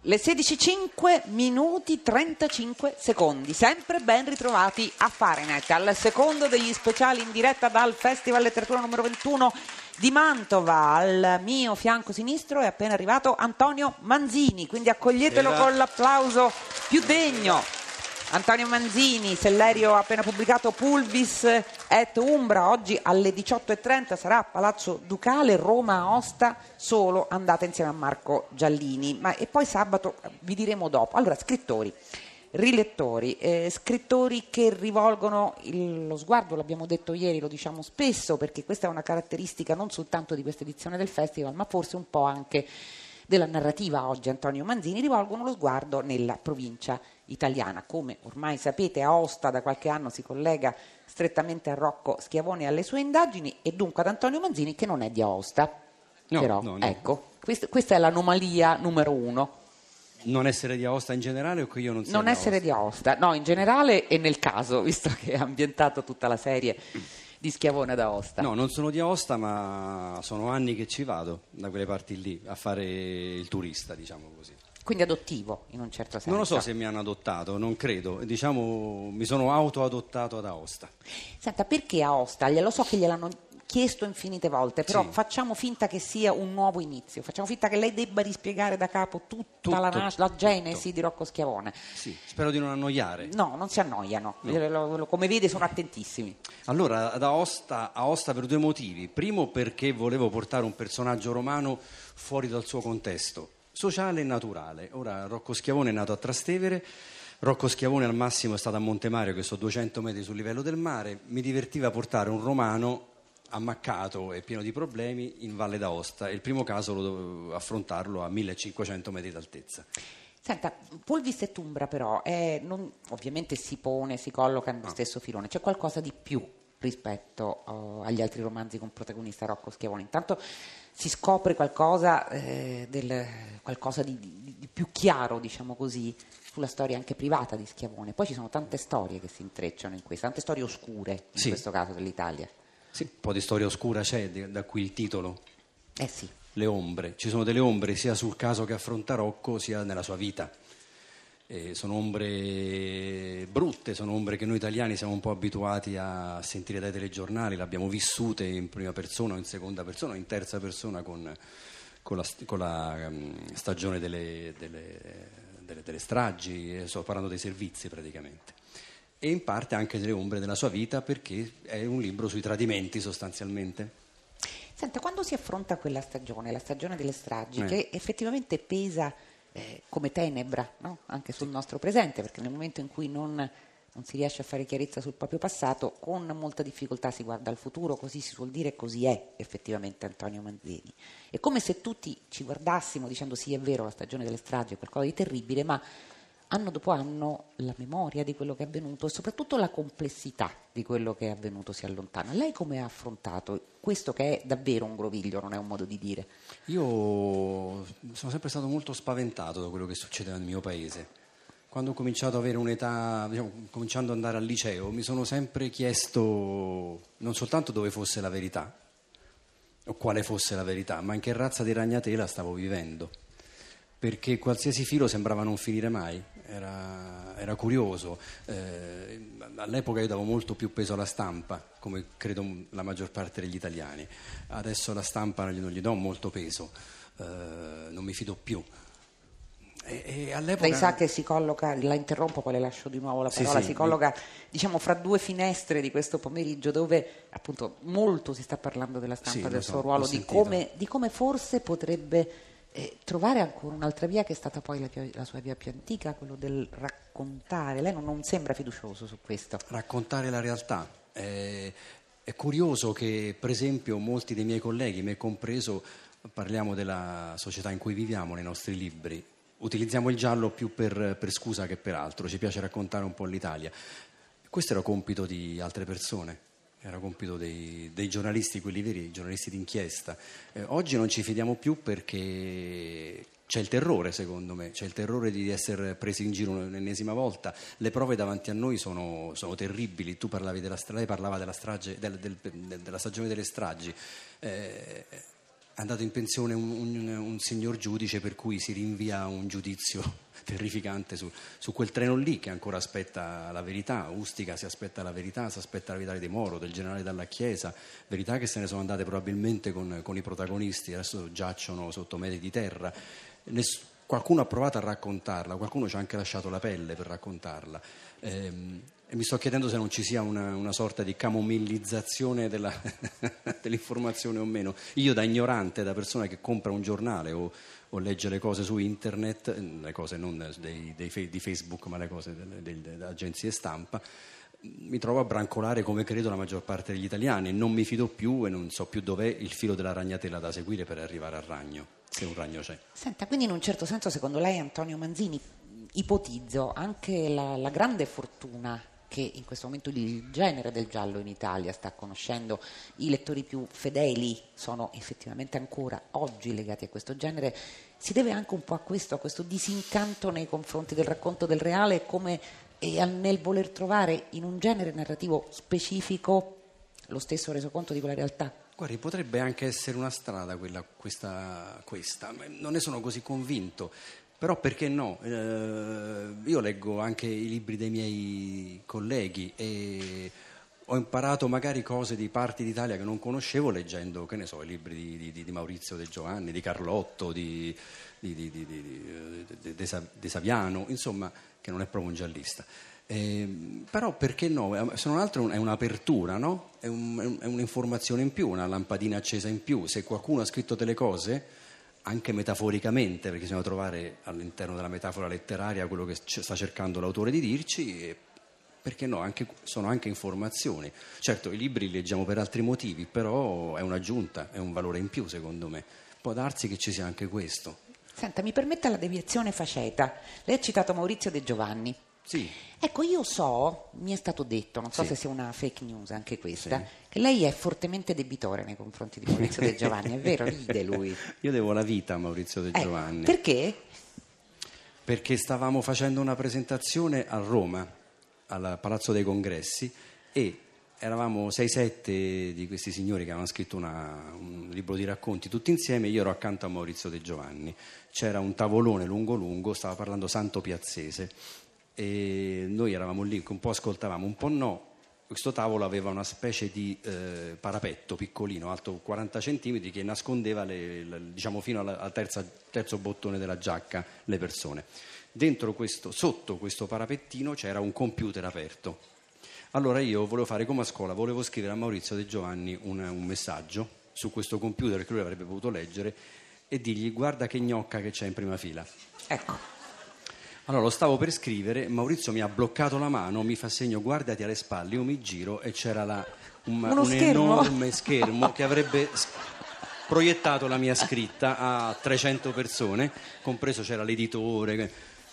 Le 16:05 minuti 35 secondi, sempre ben ritrovati a Fahrenheit, al secondo degli speciali in diretta dal Festival Letteratura numero 21 di Mantova. Al mio fianco sinistro è appena arrivato Antonio Manzini, quindi accoglietelo con l'applauso più degno. Antonio Manzini, Sellerio ha appena pubblicato Pulvis et Umbra, oggi alle 18:30 sarà a Palazzo Ducale, Roma Aosta, solo andata insieme a Marco Giallini, e poi sabato vi diremo dopo. Allora, scrittori, rilettori, scrittori che rivolgono lo sguardo, l'abbiamo detto ieri, lo diciamo spesso, perché questa è una caratteristica non soltanto di questa edizione del festival, ma forse un po' anche della narrativa oggi. Antonio Manzini rivolgono lo sguardo nella provincia italiana. Come ormai sapete, Aosta da qualche anno si collega strettamente a Rocco Schiavone e alle sue indagini, e dunque ad Antonio Manzini, che non è di Aosta. No, però, no. Ecco, questa è l'anomalia numero uno. Non essere di Aosta in generale o che io non sia Non di essere Aosta? di Aosta, no, in generale e nel caso, visto che ha ambientato tutta la serie di Schiavone ad Aosta. No, non sono di Aosta, ma sono anni che ci vado da quelle parti lì a fare il turista, diciamo così. Quindi adottivo, in un certo senso. Non lo so se mi hanno adottato, non credo, diciamo mi sono auto-adottato ad Aosta. Senta, perché Aosta? Lo so che gliel'hanno chiesto infinite volte, però Sì. facciamo finta che sia un nuovo inizio, facciamo finta che lei debba rispiegare da capo tutta la genesi di Rocco Schiavone. Sì, spero di non annoiare. No, non si annoiano, No. come vede sono attentissimi. Allora, ad Aosta per due motivi. Primo, perché volevo portare un personaggio romano fuori dal suo contesto sociale e naturale. Ora, Rocco Schiavone è nato a Trastevere. Rocco Schiavone al massimo è stato a Montemario, che sono 200 metri sul livello del mare. Mi divertiva portare un romano ammaccato e pieno di problemi in Valle d'Aosta, e il primo caso lo dovevo affrontarlo a 1500 metri d'altezza. Senta, Pulvis et Umbra però ovviamente si colloca nello stesso filone, c'è qualcosa di più rispetto agli altri romanzi con protagonista Rocco Schiavone. Intanto si scopre qualcosa di più chiaro, diciamo così, sulla storia anche privata di Schiavone. Poi ci sono tante storie che si intrecciano in questo, tante storie oscure in questo caso dell'Italia. Sì, un po' di storia oscura c'è, da qui il titolo. Sì. Le ombre. Ci sono delle ombre sia sul caso che affronta Rocco, sia nella sua vita. Sono ombre brutte, sono ombre che noi italiani siamo un po' abituati a sentire dai telegiornali, le abbiamo vissute in prima persona o in seconda persona o in terza persona con la stagione delle stragi, sto parlando dei servizi praticamente. E in parte anche delle ombre della sua vita, perché è un libro sui tradimenti sostanzialmente. Senta, quando si affronta quella stagione, la stagione delle stragi, che effettivamente pesa come tenebra, no? Anche sul nostro presente, perché nel momento in cui non si riesce a fare chiarezza sul proprio passato, con molta difficoltà si guarda al futuro, così si suol dire, così è effettivamente Antonio Manzini. È come se tutti ci guardassimo dicendo sì, è vero, la stagione delle stragi è qualcosa di terribile, ma anno dopo anno la memoria di quello che è avvenuto e soprattutto la complessità di quello che è avvenuto si allontana. Lei come ha affrontato questo, che è davvero un groviglio, non è un modo di dire? Io sono sempre stato molto spaventato da quello che succedeva nel mio paese. Quando ho cominciato ad avere un'età, cominciando ad andare al liceo, mi sono sempre chiesto non soltanto dove fosse la verità o quale fosse la verità, ma in che razza di ragnatela stavo vivendo, perché qualsiasi filo sembrava non finire mai. Era curioso. All'epoca io davo molto più peso alla stampa, come credo la maggior parte degli italiani. Adesso alla stampa non gli do molto peso, non mi fido più. E all'epoca... Lei sa che si colloca, la interrompo, poi le lascio di nuovo la parola, si colloca diciamo fra due finestre di questo pomeriggio, dove appunto molto si sta parlando della stampa, del suo ruolo, di come forse potrebbe trovare ancora un'altra via, che è stata poi la sua via più antica, quello del raccontare. Lei non sembra fiducioso su questo. Raccontare la realtà. È curioso che, per esempio, molti dei miei colleghi, me compreso, parliamo della società in cui viviamo nei nostri libri. Utilizziamo il giallo più per scusa che per altro, ci piace raccontare un po' l'Italia. Questo era compito di altre persone. Era compito dei giornalisti, quelli veri, giornalisti d'inchiesta. Oggi non ci fidiamo più perché c'è il terrore, secondo me, c'è il terrore di essere presi in giro un'ennesima volta. Le prove davanti a noi sono terribili. Tu lei parlava della strage, della stagione delle stragi. è andato in pensione un signor giudice, per cui si rinvia un giudizio terrificante su quel treno lì, che ancora aspetta la verità. Ustica si aspetta la verità di De Moro, del generale Dalla Chiesa, verità che se ne sono andate probabilmente con i protagonisti, adesso giacciono sotto metri di terra. Qualcuno ha provato a raccontarla, qualcuno ci ha anche lasciato la pelle per raccontarla, e mi sto chiedendo se non ci sia una sorta di camomillizzazione dell'informazione o meno. Io, da ignorante, da persona che compra un giornale o legge le cose su internet, le cose non di Facebook ma le cose delle agenzie stampa, mi trovo a brancolare, come credo la maggior parte degli italiani, e non mi fido più e non so più dov'è il filo della ragnatela da seguire per arrivare al ragno, se un ragno c'è. Senta, quindi in un certo senso, secondo lei, Antonio Manzini, ipotizzo anche la grande fortuna che in questo momento il genere del giallo in Italia sta conoscendo. I lettori più fedeli sono effettivamente ancora oggi legati a questo genere. Si deve anche un po' a questo disincanto nei confronti del racconto del reale, come nel voler trovare in un genere narrativo specifico lo stesso resoconto di quella realtà. Guardi, potrebbe anche essere una strada questa. Non ne sono così convinto. Però perché no? Io leggo anche i libri dei miei colleghi e ho imparato magari cose di parti d'Italia che non conoscevo leggendo, che ne so, i libri di Maurizio De Giovanni, di Carlotto, di Saviano, insomma, che non è proprio un giallista. Però perché no? Se non altro è un'apertura, no? È un'informazione in più, una lampadina accesa in più. Se qualcuno ha scritto delle cose, anche metaforicamente, perché bisogna trovare all'interno della metafora letteraria quello che sta cercando l'autore di dirci, e perché no, sono anche informazioni. Certo, i libri li leggiamo per altri motivi, però è un'aggiunta, è un valore in più, secondo me. Può darsi che ci sia anche questo. Senta, mi permetta la deviazione faceta. Lei ha citato Maurizio De Giovanni. Sì. Ecco, io so, mi è stato detto, non so Sì. se sia una fake news anche questa, Sì. che lei è fortemente debitore nei confronti di Maurizio De Giovanni, è vero? Ride lui. Io devo la vita a Maurizio De Giovanni. Perché? Perché stavamo facendo una presentazione a Roma, al Palazzo dei Congressi, e eravamo 6-7 di questi signori che avevano scritto un libro di racconti tutti insieme. Io ero accanto a Maurizio De Giovanni, c'era un tavolone lungo, stava parlando Santo Piazzese e noi eravamo lì, un po' ascoltavamo, un po' no. Questo tavolo aveva una specie di parapetto piccolino, alto 40 centimetri, che nascondeva diciamo fino al terzo bottone della giacca le persone. Sotto questo parapettino c'era un computer aperto. Allora io volevo fare come a scuola, volevo scrivere a Maurizio De Giovanni un messaggio su questo computer che lui avrebbe potuto leggere e dirgli: guarda che gnocca che c'è in prima fila. Ecco. Allora lo stavo per scrivere, Maurizio mi ha bloccato la mano, mi fa segno guardati alle spalle, io mi giro e c'era un enorme schermo che avrebbe proiettato la mia scritta a 300 persone, compreso c'era l'editore,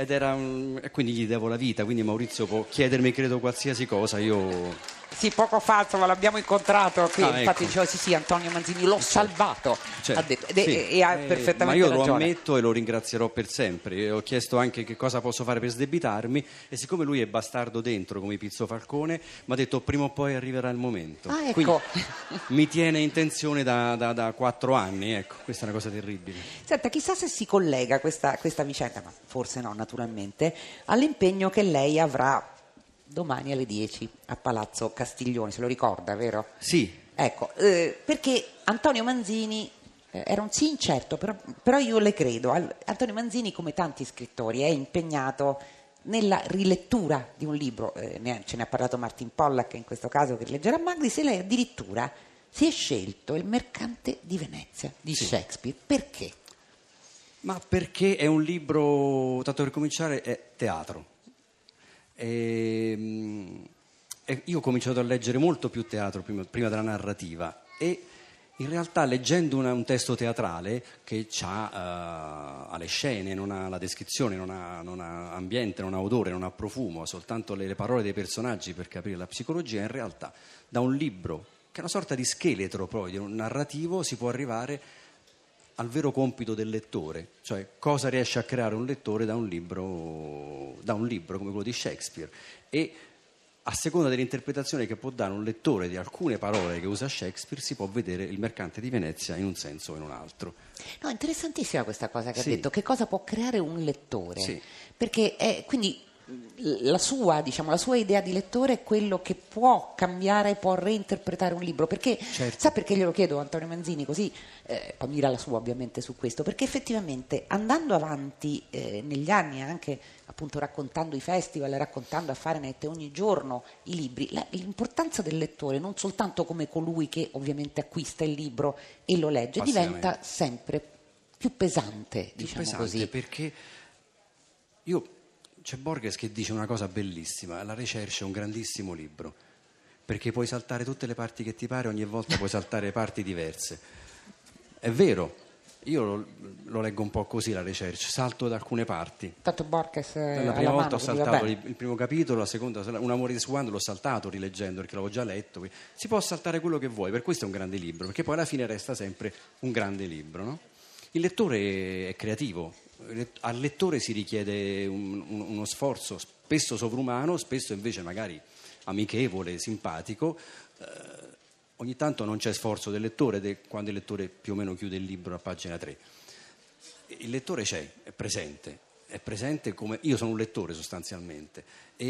e quindi gli devo la vita, quindi Maurizio può chiedermi credo qualsiasi cosa, io... Sì, poco fa, insomma, l'abbiamo incontrato qui, infatti ecco. Dicevo sì, Antonio Manzini, l'ho salvato, Certo, ha detto, sì. e ha perfettamente ma io ragione. lo ammetto e lo ringrazierò per sempre. E ho chiesto anche che cosa posso fare per sdebitarmi, e siccome lui è bastardo dentro come Pizzo Falcone, mi ha detto prima o poi arriverà il momento. Ah, ecco. Quindi mi tiene in tensione da 4 anni, ecco, questa è una cosa terribile. Senta, chissà se si collega questa vicenda, ma forse no, naturalmente, all'impegno che lei avrà domani alle 10 a Palazzo Castiglioni, se lo ricorda, vero? Sì. Ecco, perché Antonio Manzini era un sì incerto, però io le credo. Antonio Manzini, come tanti scrittori, è impegnato nella rilettura di un libro, ce ne ha parlato Martin Pollack in questo caso, che leggerà Magris, e lei addirittura si è scelto Il mercante di Venezia di Shakespeare. Perché? Ma perché è un libro, tanto per cominciare, è teatro. Io ho cominciato a leggere molto più teatro prima della narrativa, e in realtà leggendo un testo teatrale che ha le scene, non ha la descrizione, non ha ambiente, non ha odore, non ha profumo, ha soltanto le parole dei personaggi per capire la psicologia, in realtà da un libro che è una sorta di scheletro proprio, di un narrativo, si può arrivare al vero compito del lettore, cioè cosa riesce a creare un lettore da un libro come quello di Shakespeare. E a seconda dell'interpretazione che può dare un lettore di alcune parole che usa Shakespeare, si può vedere il Mercante di Venezia in un senso o in un altro. No, interessantissima questa cosa che Sì. ha detto, che cosa può creare un lettore, Sì. perché quindi la sua idea di lettore è quello che può cambiare, può reinterpretare un libro, perché Certo. sa perché glielo chiedo a Antonio Manzini, così poi mira la sua ovviamente su questo, perché effettivamente andando avanti negli anni, anche appunto raccontando i festival, raccontando a Fahrenheit ogni giorno i libri, l'importanza del lettore non soltanto come colui che ovviamente acquista il libro e lo legge, diventa sempre più pesante, Più diciamo pesante, così. perché c'è Borges che dice una cosa bellissima: la Recherche è un grandissimo libro, perché puoi saltare tutte le parti che ti pare, ogni volta puoi saltare parti diverse. È vero, io lo leggo un po' così la Recherche, salto da alcune parti. Tanto Borges La prima volta ho saltato il il primo capitolo, la seconda, Un amore di Swan, l'ho saltato rileggendo perché l'avevo già letto. Si può saltare quello che vuoi, per questo è un grande libro, perché poi alla fine resta sempre un grande libro, no? Il lettore è creativo, al lettore si richiede uno sforzo spesso sovrumano, spesso invece magari amichevole, simpatico. Ogni tanto non c'è sforzo del lettore quando il lettore più o meno chiude il libro a pagina 3. Il lettore c'è, è presente come io sono un lettore sostanzialmente,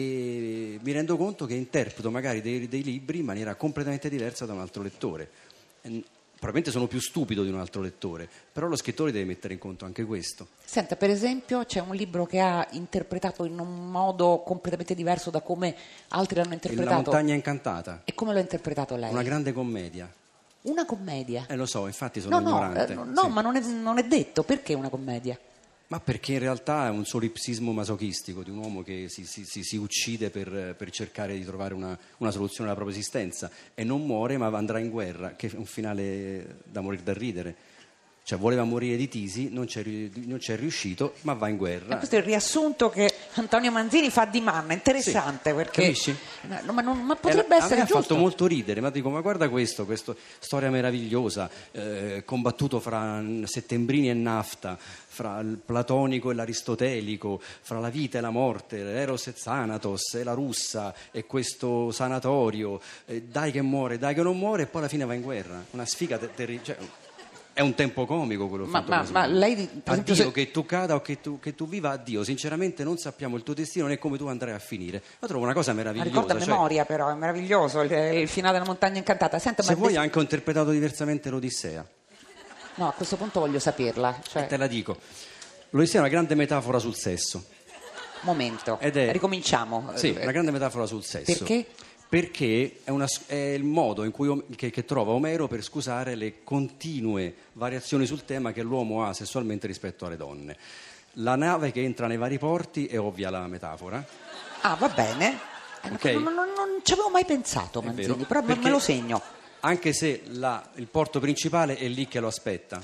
e mi rendo conto che interpreto magari dei libri in maniera completamente diversa da un altro lettore. Probabilmente sono più stupido di un altro lettore, però lo scrittore deve mettere in conto anche questo. Senta, per esempio, c'è un libro che ha interpretato in un modo completamente diverso da come altri l'hanno interpretato. La montagna incantata. E come l'ha interpretato lei? Una grande commedia. Una commedia? Lo so, infatti sono ignorante. No, Sì. ma non è detto. Perché una commedia? Ma perché in realtà è un solipsismo masochistico di un uomo che si uccide per cercare di trovare una soluzione alla propria esistenza, e non muore ma andrà in guerra, che è un finale da morire da ridere. Cioè voleva morire di tisi, non c'è riuscito, ma va in guerra. Questo è il riassunto che Antonio Manzini fa di Manna, interessante, Sì, perché capisci? ma potrebbe essere a me ha giusto. fatto molto ridere, ma dico, ma guarda questa storia meravigliosa, combattuto fra settembrini e nafta, fra il platonico e l'aristotelico, fra la vita e la morte, l'eros e Thanatos e la russa e questo sanatorio, dai che muore, dai che non muore, e poi alla fine va in guerra. Una sfiga terribile. È un tempo comico quello fatto. Ma lei, per esempio, addio, che tu cada o che tu viva, addio. Sinceramente non sappiamo il tuo destino né come tu andrai a finire. Io trovo una cosa meravigliosa. ricorda a memoria, però è meraviglioso il finale della montagna incantata. Senta, Se ma vuoi anche ho interpretato diversamente l'Odissea. no, a questo punto voglio saperla. Te la dico. L'Odissea è una grande metafora sul sesso. Momento, ricominciamo. Sì, una grande metafora sul sesso. Perché? Perché è il modo in cui che trova Omero per scusare le continue variazioni sul tema che l'uomo ha sessualmente rispetto alle donne. La nave che entra nei vari porti è ovvia la metafora. Ah, va bene. Okay. Non ci avevo mai pensato, Manzini, vero, però me lo segno. Anche se il porto principale è lì che lo aspetta.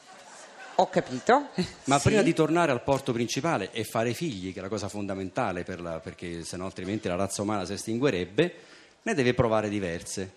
Ho capito. Ma Sì. prima di tornare al porto principale e fare figli, che è la cosa fondamentale perché sennò altrimenti la razza umana si estinguerebbe, ne deve provare diverse.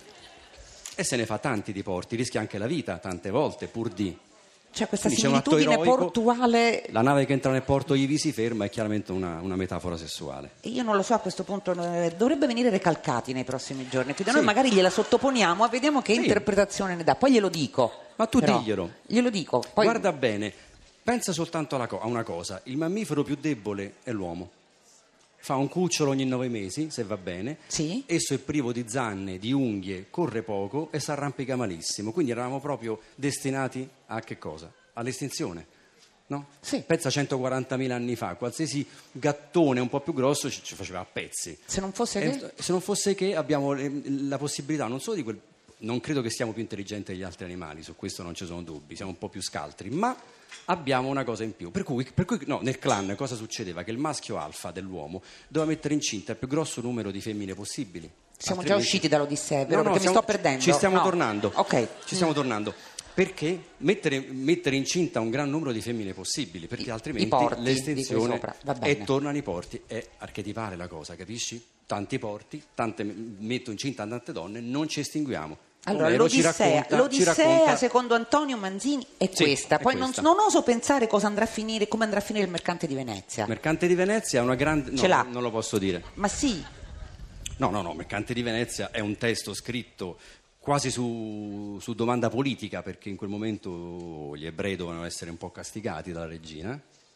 E se ne fa tanti di porti, rischia anche la vita tante volte pur di. C'è questa Quindi c'è un atto similitudine eroico, portuale. La nave che entra nel porto ivi si ferma, è chiaramente una metafora sessuale. E io non lo so, a questo punto dovrebbe venire Recalcati nei prossimi giorni. Quindi Sì. noi magari gliela sottoponiamo e vediamo che Sì. interpretazione ne dà. Poi glielo dico. Ma tu Però, diglielo. Glielo dico. Poi... Guarda bene, pensa soltanto a una cosa: il mammifero più debole è l'uomo. Fa un cucciolo ogni 9 mesi, se va bene. Sì. Esso è privo di zanne, di unghie, corre poco e si arrampica malissimo. Quindi eravamo proprio destinati a che cosa? All'estinzione. No? Sì. Pensa 140.000 anni fa, qualsiasi gattone un po' più grosso ci faceva a pezzi. Se non fosse che... Se non fosse che abbiamo la possibilità non solo di quel. Non credo che siamo più intelligenti degli altri animali, su questo non ci sono dubbi, siamo un po' più scaltri, ma abbiamo una cosa in più. Per cui no, nel clan cosa succedeva? Che il maschio alfa dell'uomo doveva mettere incinta il più grosso numero di femmine possibili. Siamo già usciti dall'Odissea, vero? No, Perché mi sto perdendo. Ci stiamo No. tornando. Ok. Ci stiamo tornando. Perché mettere incinta un gran numero di femmine possibili, perché altrimenti porti, l'estensione di qui sopra. Va bene. e tornano i porti. È archetipale la cosa, capisci? Tanti porti, metto incinta tante donne, non ci estinguiamo. Allora, Omero ci l'Odissea, racconta- secondo Antonio Manzini, è Sì, questa. è Poi questa. non oso pensare cosa andrà a finire, come andrà a finire il Mercante di Venezia. Mercante di Venezia è una grande. Ce l'ha. Non lo posso dire. Ma sì, No, Mercante di Venezia è un testo scritto quasi su domanda politica, perché in quel momento gli ebrei dovevano essere un po' castigati dalla regina,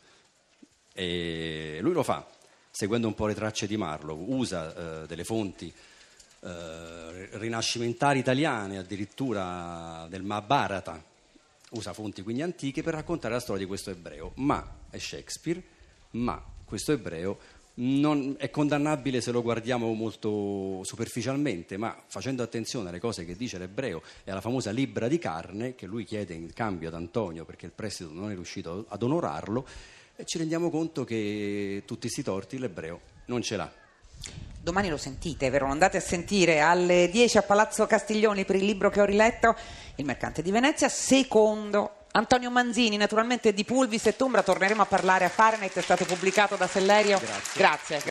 e lui lo fa seguendo un po' le tracce di Marlowe, usa delle fonti rinascimentali italiane, addirittura del Mahabharata, usa fonti quindi antiche per raccontare la storia di questo ebreo, ma è Shakespeare, ma questo ebreo non è condannabile se lo guardiamo molto superficialmente, ma facendo attenzione alle cose che dice l'ebreo e alla famosa libbra di carne che lui chiede in cambio ad Antonio perché il prestito non è riuscito ad onorarlo, e ci rendiamo conto che tutti questi torti l'ebreo non ce l'ha. Domani lo sentite, vero? Lo andate a sentire alle 10 a Palazzo Castiglioni per il libro che ho riletto, Il Mercante di Venezia, secondo Antonio Manzini, naturalmente di Pulvis e Tumbra. Torneremo a parlare a Fahrenheit, è stato pubblicato da Sellerio. Grazie. Grazie.